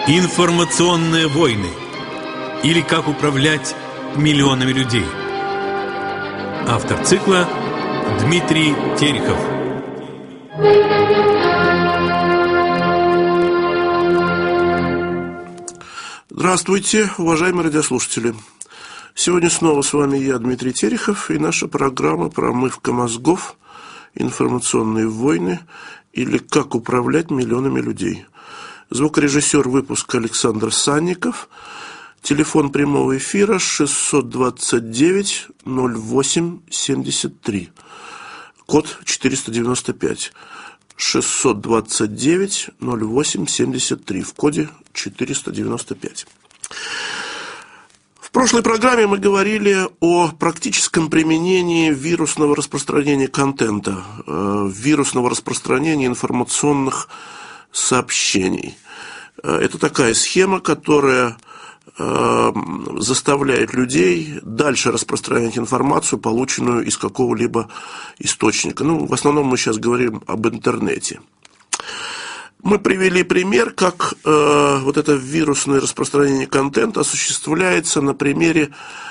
Информационные войны. Или как управлять миллионами людей. Автор цикла Дмитрий Терехов. Здравствуйте, уважаемые радиослушатели. Сегодня снова с вами я, Дмитрий Терехов, и наша программа «Промывка мозгов. Информационные войны» или «Как управлять миллионами людей». Звукорежиссер выпуска Александр Санников. Телефон прямого эфира 629-08-73. Код 495. 629-08-73 в коде 495. В прошлой программе мы говорили о практическом применении вирусного распространения контента, вирусного распространения информационных сообщений. Это такая схема, которая заставляет людей дальше распространять информацию, полученную из какого-либо источника. В основном мы сейчас говорим об интернете. Мы привели пример, как вот это вирусное распространение контента осуществляется на примере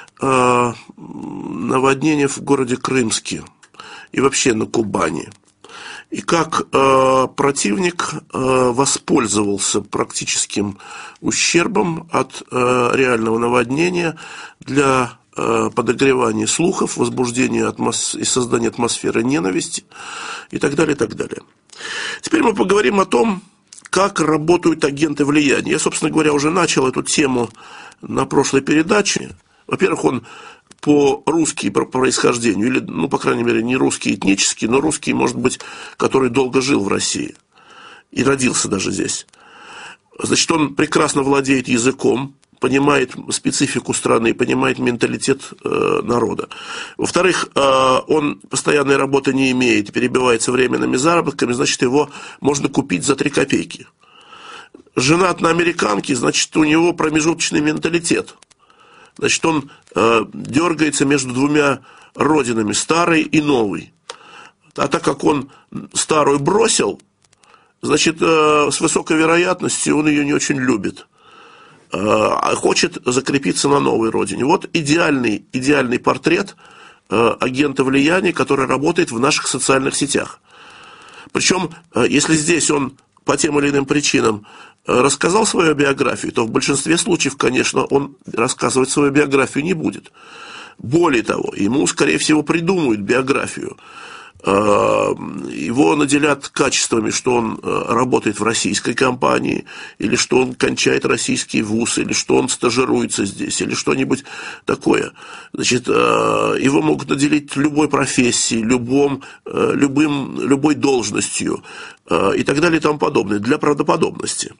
наводнения в городе Крымске и вообще на Кубани. И как противник воспользовался практическим ущербом от реального наводнения для подогревания слухов, возбуждения и создания атмосферы ненависти и так далее, и так далее. Теперь мы поговорим о том, как работают агенты влияния. Я, собственно говоря, уже начал эту тему на прошлой передаче. Во-первых, он по-русски по происхождению, или, по крайней мере, не русский этнический, но русский, может быть, который долго жил в России и родился даже здесь. Значит, он прекрасно владеет языком, понимает специфику страны, понимает менталитет народа. Во-вторых, он постоянной работы не имеет, перебивается временными заработками, значит, его можно купить за 3 копейки. Женат на американке, значит, у него промежуточный менталитет. Значит, он дергается между двумя родинами, старой и новой. А так как он старую бросил, значит, с высокой вероятностью он ее не очень любит, а хочет закрепиться на новой родине. Вот идеальный портрет агента влияния, который работает в наших социальных сетях. Причем, если здесь он по тем или иным причинам рассказал свою биографию, то в большинстве случаев, конечно, он рассказывать свою биографию не будет. Более того, ему, скорее всего, придумают биографию. Его наделят качествами, что он работает в российской компании, или что он кончает российский вуз, или что он стажируется здесь, или что-нибудь такое. Значит, его могут наделить любой профессией, любой должностью и так далее и тому подобное, для правдоподобности.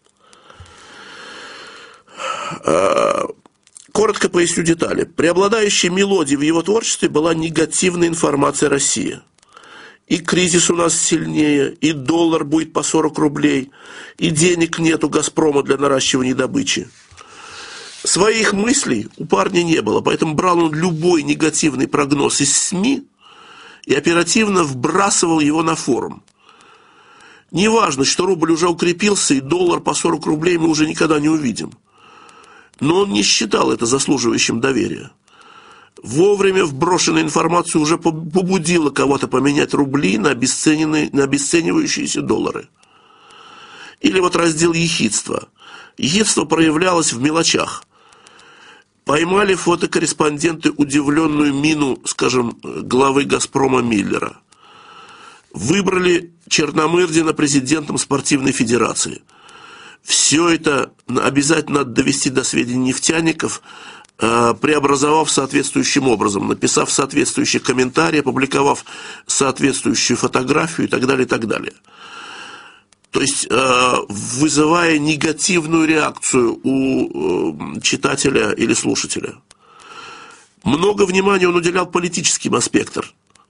Коротко поясню детали. Преобладающей мелодией в его творчестве была негативная информация о России. И кризис у нас сильнее, и доллар будет по 40 рублей, и денег нет у «Газпрома» для наращивания добычи. Своих мыслей у парня не было, поэтому брал он любой негативный прогноз из СМИ и оперативно вбрасывал его на форум. Неважно, что рубль уже укрепился, и доллар по 40 рублей мы уже никогда не увидим. Но он не считал это заслуживающим доверия. Вовремя вброшенная информация уже побудила кого-то поменять рубли на обесценивающиеся доллары. Или вот раздел ехидства. Ехидство проявлялось в мелочах. Поймали фотокорреспонденты удивленную мину, скажем, главы «Газпрома» Миллера. Выбрали Черномырдина президентом спортивной федерации. Все это обязательно надо довести до сведения нефтяников, преобразовав соответствующим образом, написав соответствующие комментарии, опубликовав соответствующую фотографию и так далее, и так далее. То есть вызывая негативную реакцию у читателя или слушателя. Много внимания он уделял политическим аспектам.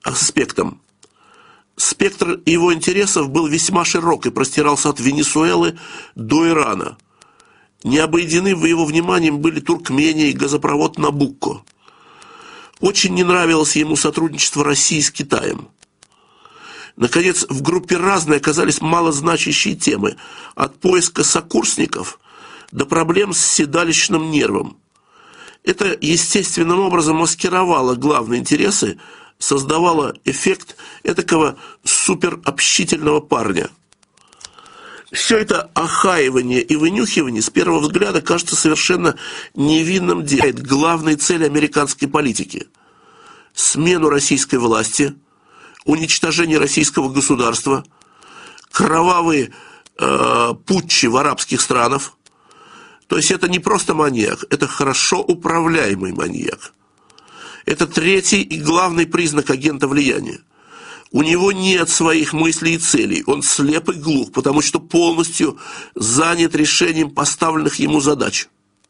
Спектр его интересов был весьма широк и простирался от Венесуэлы до Ирана. Не обойдены в его вниманием были Туркмения и газопровод Набукко. Очень не нравилось ему сотрудничество России с Китаем. Наконец, в группе «Разные» оказались малозначащие темы, от поиска сокурсников до проблем с седалищным нервом. Это естественным образом маскировало главные интересы, создавало эффект этакого суперобщительного парня. Все это охаивание и вынюхивание с первого взгляда кажется совершенно невинным делом. Главной цели американской политики – смену российской власти, уничтожение российского государства, кровавые путчи в арабских странах. То есть это не просто маньяк, это хорошо управляемый маньяк. Это третий и главный признак агента влияния. У него нет своих мыслей и целей, он слеп и глух, потому что полностью занят решением поставленных ему задач.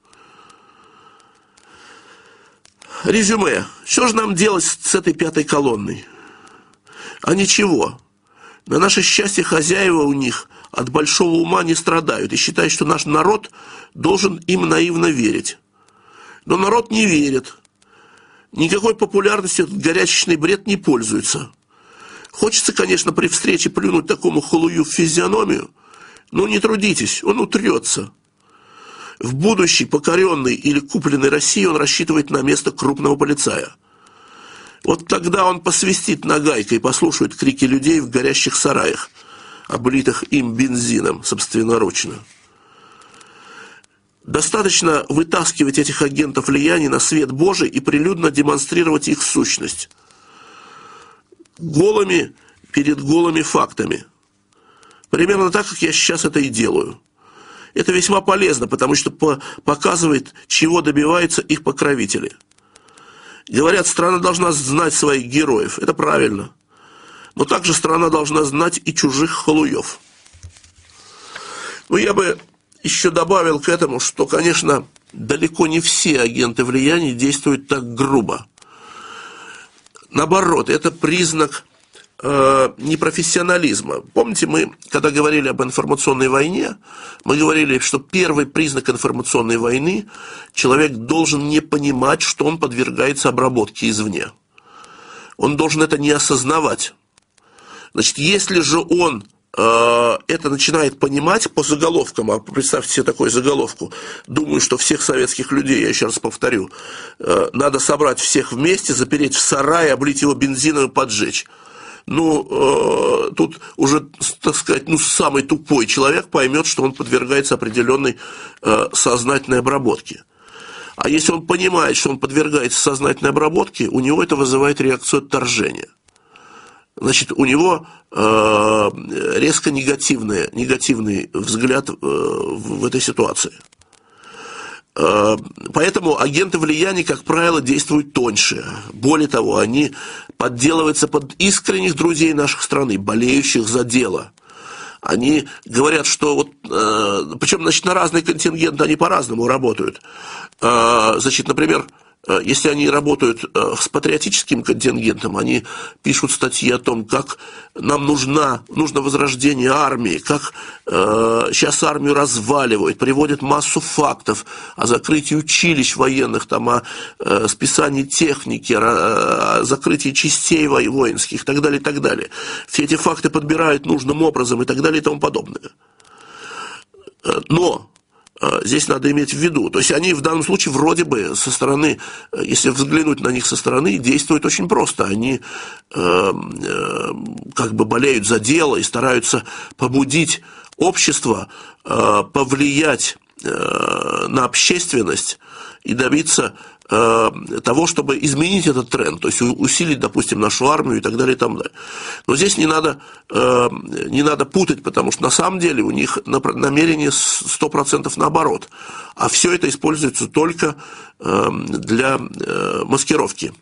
Резюме. Что же нам делать с этой пятой колонной? А ничего. На наше счастье, хозяева у них от большого ума не страдают и считают, что наш народ должен им наивно верить. Но народ не верит. Никакой популярностью этот горячечный бред не пользуется. Хочется, конечно, при встрече плюнуть такому халую в физиономию, но не трудитесь, он утрется. В будущей покоренной или купленной России он рассчитывает на место крупного полицая. Вот тогда он посвистит нагайкой и послушает крики людей в горящих сараях, облитых им бензином собственноручно. Достаточно вытаскивать этих агентов влияния на свет Божий и прилюдно демонстрировать их сущность. Голыми перед голыми фактами. Примерно так, как я сейчас это и делаю. Это весьма полезно, потому что показывает, чего добиваются их покровители. Говорят, страна должна знать своих героев. Это правильно. Но также страна должна знать и чужих халуев. Но я бы еще добавил к этому, что, конечно, далеко не все агенты влияния действуют так грубо. Наоборот, это признак непрофессионализма. Помните, мы, когда говорили об информационной войне, мы говорили, что первый признак информационной войны – человек должен не понимать, что он подвергается обработке извне. Он должен это не осознавать. Значит, если же он это начинает понимать по заголовкам, а представьте себе такую заголовку, думаю, что всех советских людей, я еще раз повторю, надо собрать всех вместе, запереть в сарае, облить его бензином и поджечь. Ну, тут уже, так сказать, самый тупой человек поймет, что он подвергается определенной сознательной обработке. А если он понимает, что он подвергается сознательной обработке, у него это вызывает реакцию отторжения. Значит, у него резко негативный взгляд в этой ситуации. Поэтому агенты влияния, как правило, действуют тоньше. Более того, они подделываются под искренних друзей наших страны, болеющих за дело. Они говорят, что вот, причем, значит, на разные контингенты они по-разному работают. Значит, например, если они работают с патриотическим контингентом, они пишут статьи о том, как нам нужно возрождение армии, как сейчас армию разваливают, приводят массу фактов о закрытии училищ военных, там, о списании техники, о закрытии частей воинских и так далее, и так далее. Все эти факты подбирают нужным образом и так далее и тому подобное. Но здесь надо иметь в виду, то есть они в данном случае вроде бы со стороны, если взглянуть на них со стороны, действуют очень просто. Они как бы болеют за дело и стараются побудить общество, повлиять на общественность и добиться того, чтобы изменить этот тренд, то есть усилить, допустим, нашу армию и так далее, и так далее. Но здесь не надо путать, потому что на самом деле у них намерение 100% наоборот, а все это используется только для маскировки.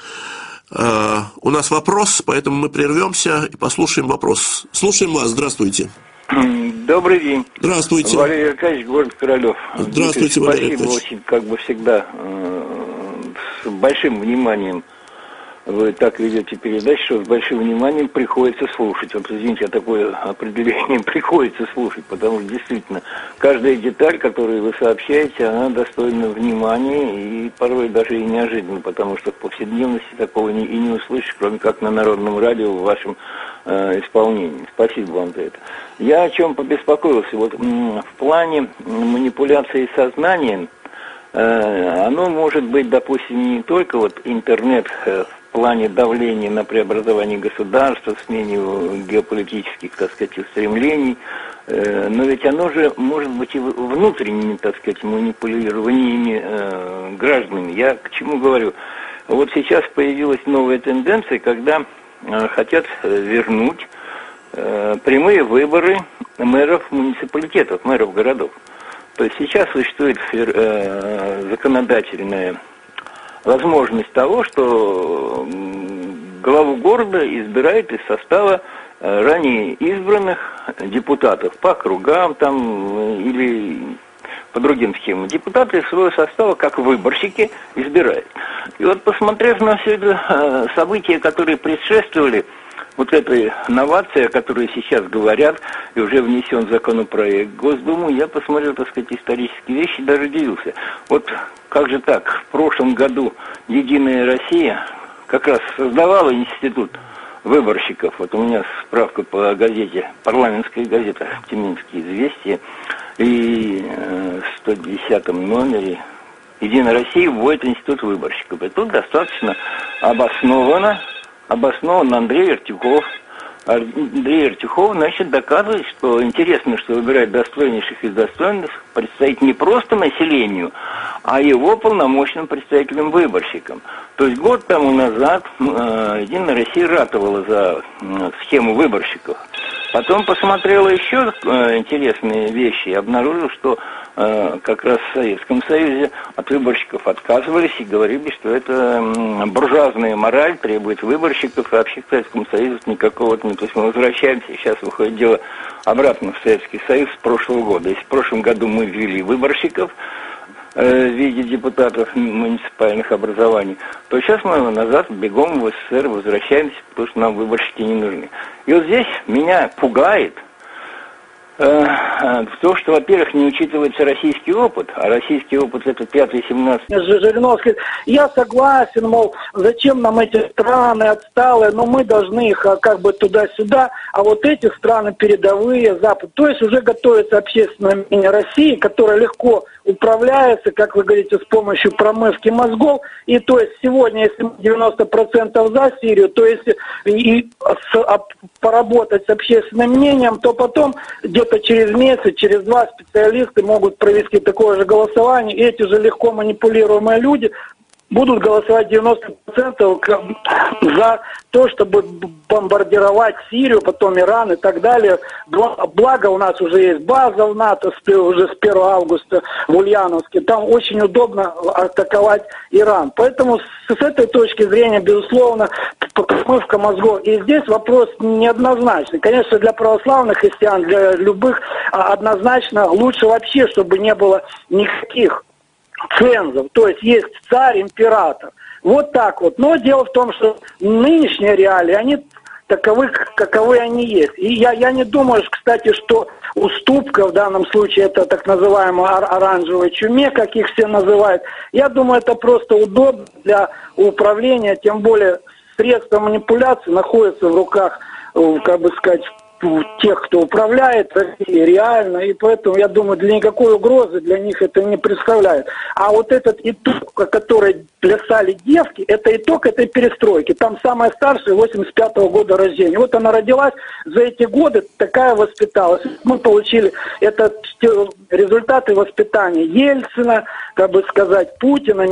У нас вопрос, поэтому мы прервемся и послушаем вопрос. Слушаем вас, здравствуйте. Добрый день. Здравствуйте. Валерий Аркадьевич, город Королев. Здравствуйте, Валерий Аркадьевич. Спасибо очень, как бы всегда, с большим вниманием вы так ведете передачу, что с большим вниманием приходится слушать. Вот, извините, такое определение приходится слушать, потому что действительно каждая деталь, которую вы сообщаете, она достойна внимания и порой даже и неожиданно, потому что в повседневности такого и не услышишь, кроме как на Народном радио в вашем исполнении. Спасибо вам за это. Я о чем побеспокоился. Вот в плане манипуляции сознанием, оно может быть, допустим, не только вот интернет в плане давления на преобразование государства, смене геополитических, так сказать, устремлений, но ведь оно же может быть и внутренними, так сказать, манипулированиями гражданами. Я к чему говорю? Вот сейчас появилась новая тенденция, когда хотят вернуть прямые выборы мэров муниципалитетов, мэров городов. То есть сейчас существует законодательная возможность того, что главу города избирают из состава ранее избранных депутатов по округам там или по другим схемам. Депутаты из своего состава, как выборщики, избирают. И вот посмотрев на все это события, которые предшествовали вот этой новации, о которой сейчас говорят, и уже внесен законопроект в Госдуму, я посмотрел, так сказать, исторические вещи, даже удивился. Вот как же так, в прошлом году «Единая Россия» как раз создавала институт выборщиков. Вот у меня справка по газете, парламентская газета «Тюменские известия», и в 110 номере «Единая Россия» вводит институт выборщиков. И тут достаточно обоснованно Андрей Артюхов. Андрей Артюхов, значит, доказывает, что интересно, что выбирает достойнейших из достойных представить не просто населению, а его полномочным представителям-выборщикам. То есть год тому назад Единая Россия ратовала за схему выборщиков. Потом посмотрела еще интересные вещи и обнаружила, что как раз в Советском Союзе от выборщиков отказывались и говорили, что это буржуазная мораль требует выборщиков, и вообще в Советском Союзе никакого нет. То есть мы возвращаемся, сейчас выходит дело обратно в Советский Союз с прошлого года. Если в прошлом году мы ввели выборщиков в виде депутатов муниципальных образований, то сейчас мы назад бегом в СССР возвращаемся, потому что нам выборщики не нужны. И вот здесь меня пугает то, что, во-первых, не учитывается российский опыт, а российский опыт это 5-17. Жириновский, я согласен, мол, зачем нам эти страны отсталые, но мы должны их как бы туда-сюда, а вот эти страны передовые, Запад. То есть уже готовится общественное мнение России, которое легко управляется, как вы говорите, с помощью промывки мозгов. И то есть сегодня, если 90% за Сирию, то если поработать с общественным мнением, то потом где-то через месяц, через 2 специалисты могут провести такое же голосование, и эти же легко манипулируемые люди будут голосовать 90% за то, чтобы бомбардировать Сирию, потом Иран и так далее. Благо у нас уже есть база в НАТО уже с 1 августа в Ульяновске. Там очень удобно атаковать Иран. Поэтому с этой точки зрения, безусловно, промывка мозгов. И здесь вопрос неоднозначный. Конечно, для православных христиан, для любых однозначно лучше вообще, чтобы не было никаких цензов, то есть царь, император. Вот так вот. Но дело в том, что нынешние реалии, они таковы, каковы они есть. И я не думаю, кстати, что уступка в данном случае это так называемая оранжевая чуме, как их все называют. Я думаю, это просто удобно для управления, тем более средства манипуляции находятся в руках, как бы сказать, тех, кто управляет Россией реально, и поэтому, я думаю, для никакой угрозы для них это не представляет. А вот этот итог, который плясали девки, это итог этой перестройки. Там самая старшая 85-го года рождения. Вот она родилась, за эти годы такая воспиталась. Мы получили это результаты воспитания Ельцина, как бы сказать, Путина,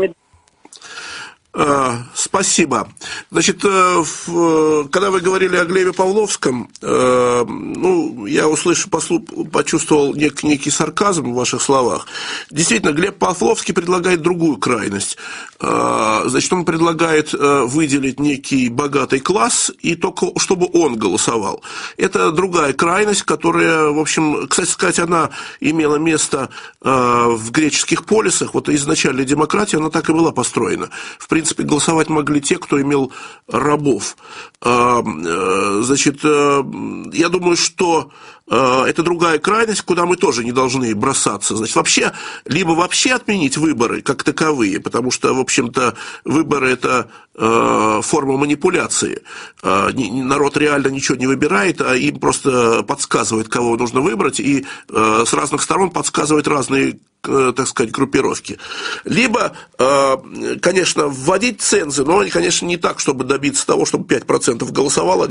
Спасибо. Значит, когда вы говорили о Глебе Павловском, я почувствовал некий сарказм в ваших словах. Действительно, Глеб Павловский предлагает другую крайность. Значит, он предлагает выделить некий богатый класс и только чтобы он голосовал. Это другая крайность, которая, в общем, кстати сказать, она имела место в греческих полисах. Вот изначальная демократия, она так и была построена. В принципе, голосовать могли те, кто имел рабов. Значит, я думаю, что это другая крайность, куда мы тоже не должны бросаться. Значит, либо вообще отменить выборы как таковые, потому что, в общем-то, выборы – это форма манипуляции. Народ реально ничего не выбирает, а им просто подсказывает, кого нужно выбрать, и с разных сторон подсказывает разные, так сказать, группировки. Либо, конечно, вводить цензы, но, конечно, не так, чтобы добиться того, чтобы 5% голосовало, а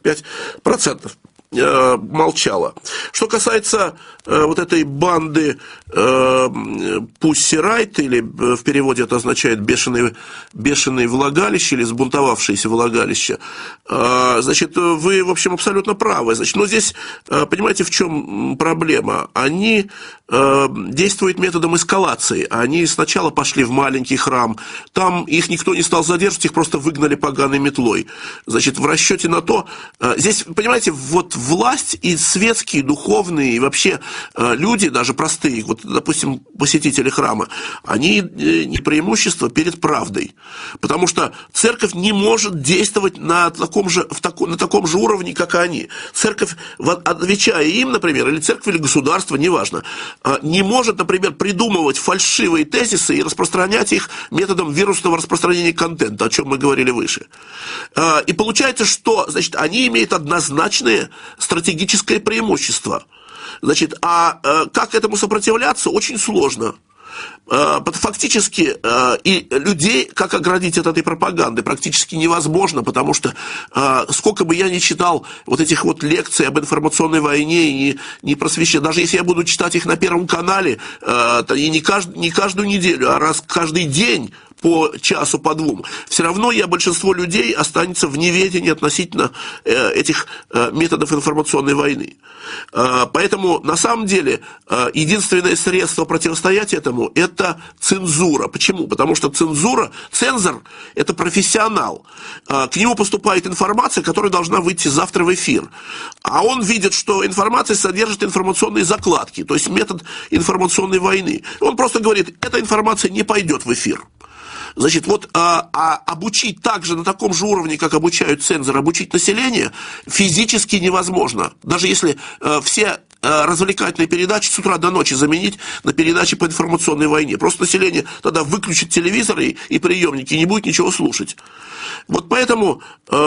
95% молчало. Что касается вот этой банды Pussy Riot, или в переводе это означает бешеные влагалища, или сбунтовавшиеся влагалища, значит, вы, в общем, абсолютно правы. Значит, но здесь, понимаете, в чем проблема? Они действуют методом эскалации. Они сначала пошли в маленький храм, там их никто не стал задерживать, их просто выгнали поганой метлой. Значит, в расчете на то... Здесь, понимаете, вот власть и светские, духовные, и вообще люди, даже простые, вот, допустим, посетители храма, они не преимущество перед правдой. Потому что церковь не может действовать на таком же уровне, как и они. Церковь, отвечая им, например, или церковь, или государство, неважно, не может, например, придумывать фальшивые тезисы и распространять их методом вирусного распространения контента, о чем мы говорили выше. И получается, что, значит, они имеют однозначное стратегическое преимущество. Значит, как этому сопротивляться, очень сложно. Фактически и людей, как оградить от этой пропаганды, практически невозможно, потому что сколько бы я ни читал вот этих вот лекций об информационной войне и не просвещал, даже если я буду читать их на Первом канале, и не каждую неделю, а раз каждый день, по часу, по двум, все равно большинство людей останется в неведении относительно этих методов информационной войны. Поэтому, на самом деле, единственное средство противостоять этому – это цензура. Почему? Потому что цензор – это профессионал. К нему поступает информация, которая должна выйти завтра в эфир. А он видит, что информация содержит информационные закладки, то есть метод информационной войны. Он просто говорит, эта информация не пойдет в эфир. Значит, вот обучить также на таком же уровне, как обучают цензоры, обучить население физически невозможно. Даже если все развлекательные передачи с утра до ночи заменить на передачи по информационной войне. Просто население тогда выключит телевизоры и приемники, и не будет ничего слушать. Вот поэтому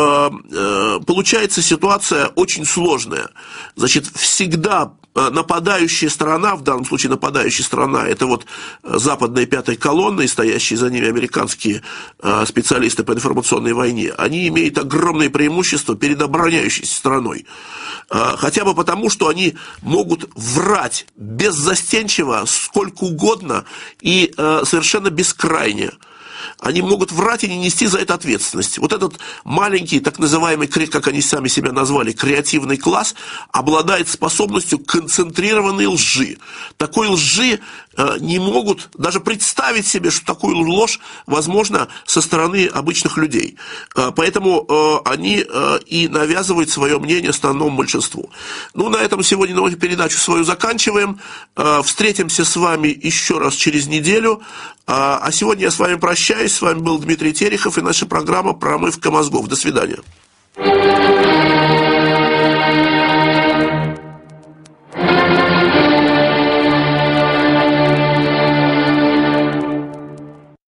получается ситуация очень сложная. Значит, всегда нападающая сторона, в данном случае нападающая сторона, это вот западная пятая колонна и стоящие за ними американские специалисты по информационной войне, они имеют огромное преимущество перед обороняющейся стороной. Хотя бы потому, что они могут врать беззастенчиво, сколько угодно и совершенно бескрайне. Они могут врать и не нести за это ответственность. Вот этот маленький, так называемый, как они сами себя назвали, креативный класс, обладает способностью концентрированной лжи. Такой лжи не могут даже представить себе, что такую ложь возможно со стороны обычных людей. Поэтому они и навязывают свое мнение основному большинству. Ну, на этом сегодня новую передачу свою заканчиваем. Встретимся с вами еще раз через неделю. А сегодня я с вами прощаюсь. С вами был Дмитрий Терехов и наша программа «Промывка мозгов». До свидания.